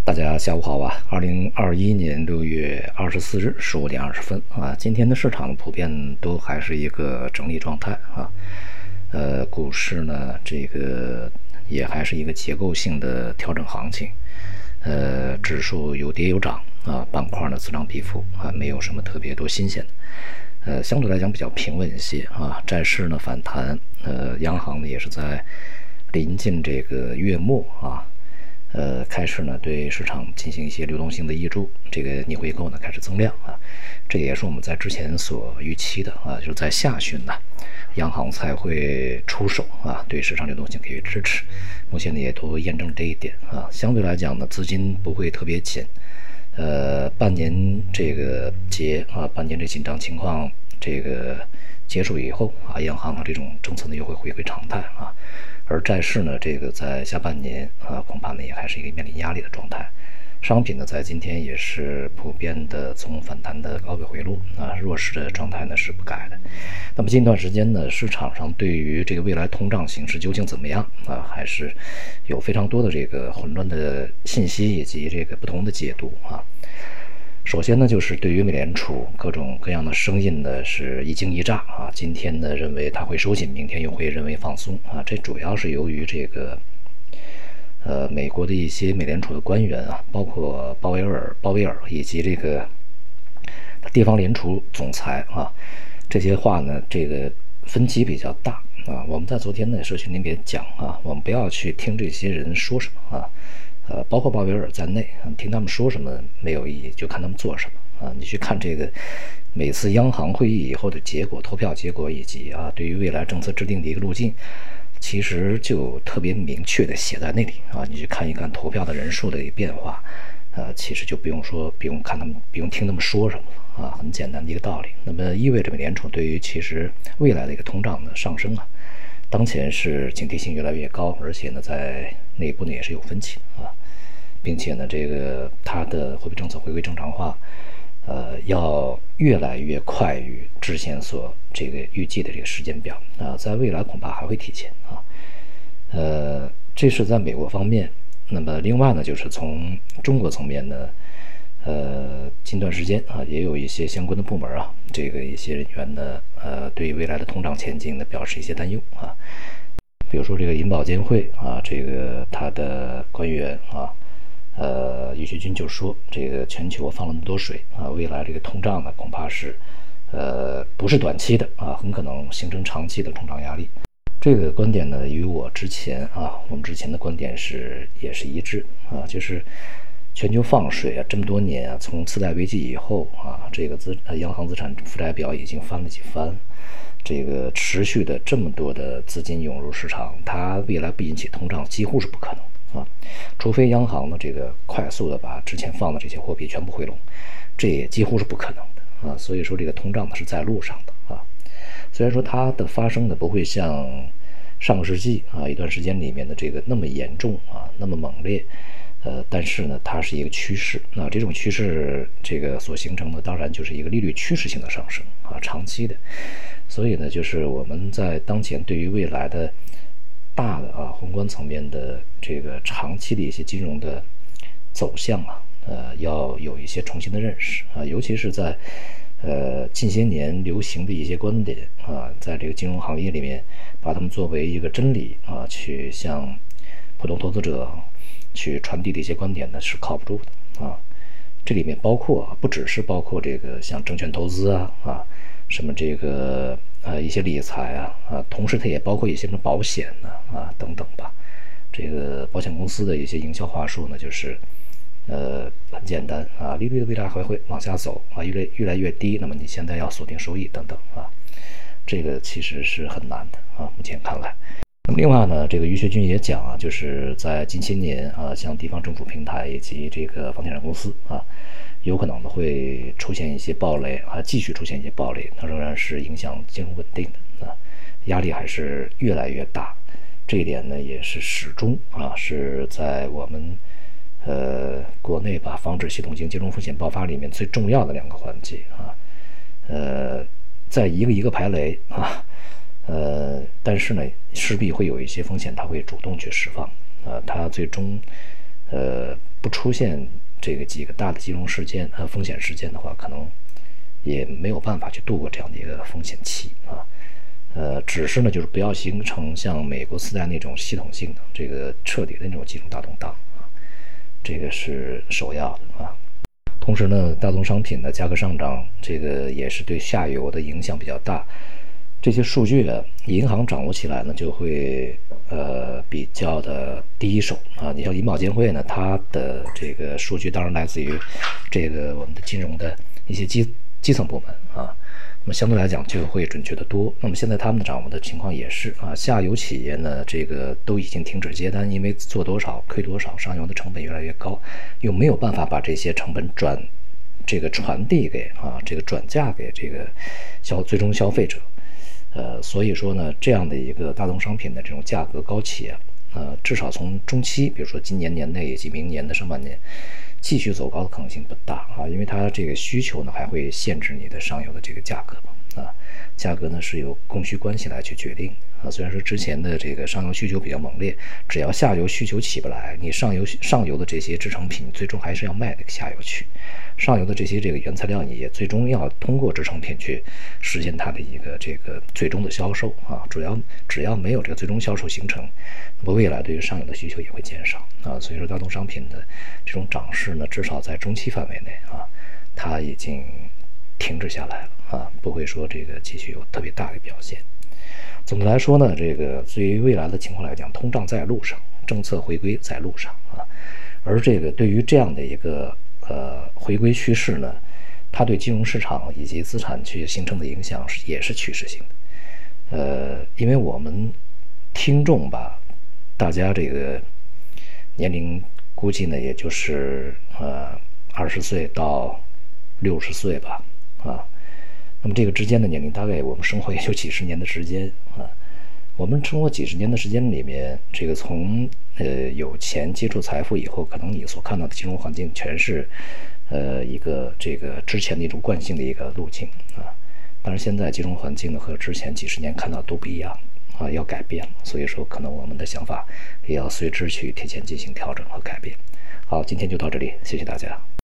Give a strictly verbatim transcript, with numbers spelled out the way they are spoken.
大家下午好啊！二零二一年六月二十四日十五点二十分啊，今天的市场普遍都还是一个整理状态啊，呃，股市呢这个也还是一个结构性的调整行情，呃，指数有跌有涨啊，板块呢此涨彼伏啊，没有什么特别多新鲜的，呃，相对来讲比较平稳一些啊，债市呢反弹，呃，央行呢也是在临近这个月末啊。呃，开始呢对市场进行一些流动性的挹注，这个逆回购呢开始增量啊，这也是我们在之前所预期的啊，就是在下旬呢，央行才会出手啊，对市场流动性给予支持。目前呢也都验证这一点啊，相对来讲呢资金不会特别紧，呃，半年这个节啊，半年这紧张情况这个结束以后啊，央行的这种政策呢又会回归常态啊。而债市呢，这个在下半年啊，恐怕呢也还是一个面临压力的状态。商品呢，在今天也是普遍的从反弹的高位回落啊，弱势的状态呢是不改的。那么近段时间呢，市场上对于这个未来通胀形势究竟怎么样啊，还是有非常多的这个混乱的信息以及这个不同的解读啊。首先呢，就是对于美联储各种各样的声音呢是一惊一乍啊。今天呢认为它会收紧，明天又会认为放松啊。这主要是由于这个呃美国的一些美联储的官员啊，包括鲍威尔、鲍威尔以及这个地方联储总裁啊，这些话呢这个分歧比较大啊。我们在昨天呢社群里面讲啊，我们不要去听这些人说什么啊。呃，包括鲍威尔在内，听他们说什么没有意义，就看他们做什么啊！你去看这个每次央行会议以后的结果、投票结果，以及啊对于未来政策制定的一个路径，其实就特别明确的写在那里啊！你去看一看投票的人数的一个变化，呃，其实就不用说，不用看他们，不用听他们说什么了啊！很简单的一个道理。那么意味着美联储对于其实未来的一个通胀的上升啊，当前是警惕性越来越高，而且呢，在内部呢也是有分歧的啊。并且呢，这个它的货币政策回归正常化，呃，要越来越快于之前所这个预计的这个时间表啊，在未来恐怕还会提前啊。呃，这是在美国方面。那么另外呢，就是从中国层面呢，呃，近段时间啊，也有一些相关的部门啊，这个一些人员呢，呃，对于未来的通胀前景呢表示一些担忧啊。比如说这个银保监会啊，这个他的官员啊。呃，余学军就说，这个全球放了那么多水啊，未来这个通胀呢，恐怕是，呃，不是短期的啊，很可能形成长期的通胀压力。这个观点呢，与我之前啊，我们之前的观点是也是一致啊，就是全球放水啊，这么多年啊，从次贷危机以后啊，这个资呃央行资产负债表已经翻了几番，这个持续的这么多的资金涌入市场，它未来不引起通胀几乎是不可能。啊，除非央行呢这个快速的把之前放的这些货币全部回笼，这也几乎是不可能的啊。所以说这个通胀呢是在路上的啊。虽然说它的发生呢不会像上个世纪啊一段时间里面的这个那么严重啊那么猛烈，呃，但是呢它是一个趋势。那这种趋势这个所形成的当然就是一个利率趋势性的上升啊，长期的。所以呢就是我们在当前对于未来的大的啊宏观层面的这个长期的一些金融的走向啊，呃，要有一些重新的认识啊，尤其是在呃近些年流行的一些观点啊，在这个金融行业里面，把它们作为一个真理啊，去向普通投资者去传递的一些观点呢，是靠不住的啊。这里面包括不只是包括这个像证券投资啊啊，什么这个。呃，一些理财啊，啊，同时它也包括一些什么保险呢，啊，等等吧。这个保险公司的一些营销话术呢，就是，呃，很简单啊，利率的未来还会往下走啊，越来越来越低，那么你现在要锁定收益等等啊，这个其实是很难的啊，目前看来。那么另外呢，这个余学军也讲啊，就是在近些年啊，像地方政府平台以及这个房地产公司啊。有可能会出现一些暴雷啊，继续出现一些暴雷，它仍然是影响金融稳定的啊，压力还是越来越大。这一点呢，也是始终啊是在我们呃国内吧防止系统性金融风险爆发里面最重要的两个环节啊，呃，在一个一个排雷啊，呃，但是呢，势必会有一些风险，它会主动去释放啊，它最终。 呃，不出现这个几个大的金融事件和风险事件的话，可能也没有办法去度过这样的一个风险期啊。呃，只是呢，就是不要形成像美国次贷那种系统性的、这个彻底的那种金融大动荡啊，这个是首要的啊。同时呢，大宗商品的价格上涨，这个也是对下游的影响比较大。这些数据啊，银行掌握起来呢，就会呃比较的第一手啊。你像银保监会呢，它的这个数据当然来自于这个我们的金融的一些基基层部门啊，那么相对来讲就会准确的多。那么现在他们掌握的情况也是啊，下游企业呢，这个都已经停止接单，因为做多少亏多少，上游的成本越来越高，又没有办法把这些成本转这个传递给啊这个转嫁给这个消最终消费者。呃，所以说呢，这样的一个大宗商品的这种价格高企啊，呃，至少从中期，比如说今年年内以及明年的上半年，继续走高的可能性不大啊，因为它这个需求呢还会限制你的上游的这个价格嘛啊，价格呢是由供需关系来去决定啊。虽然说之前的这个上游需求比较猛烈，只要下游需求起不来，你上游上游的这些制成品最终还是要卖给下游去。上游的这些这个原材料，你也最终要通过制成品去实现它的一个这个最终的销售啊。主要只要没有这个最终销售形成，那么未来对于上游的需求也会减少啊。所以说，大宗商品的这种涨势呢，至少在中期范围内啊，它已经停止下来了啊，不会说这个继续有特别大的表现。总的来说呢，这个对于未来的情况来讲，通胀在路上，政策回归在路上啊。而这个对于这样的一个呃，回归趋势呢，它对金融市场以及资产去形成的影响是也是趋势性的。呃，因为我们听众吧，大家这个年龄估计呢，也就是呃二十岁到六十岁吧，啊，那么这个之间的年龄，大概我们生活也就几十年的时间啊。我们生活几十年的时间里面，这个从呃有钱接触财富以后，可能你所看到的金融环境全是，呃一个这个之前的一种惯性的一个路径啊。但是现在金融环境呢和之前几十年看到都不一样啊，要改变，所以说可能我们的想法也要随之去提前进行调整和改变。好，今天就到这里，谢谢大家。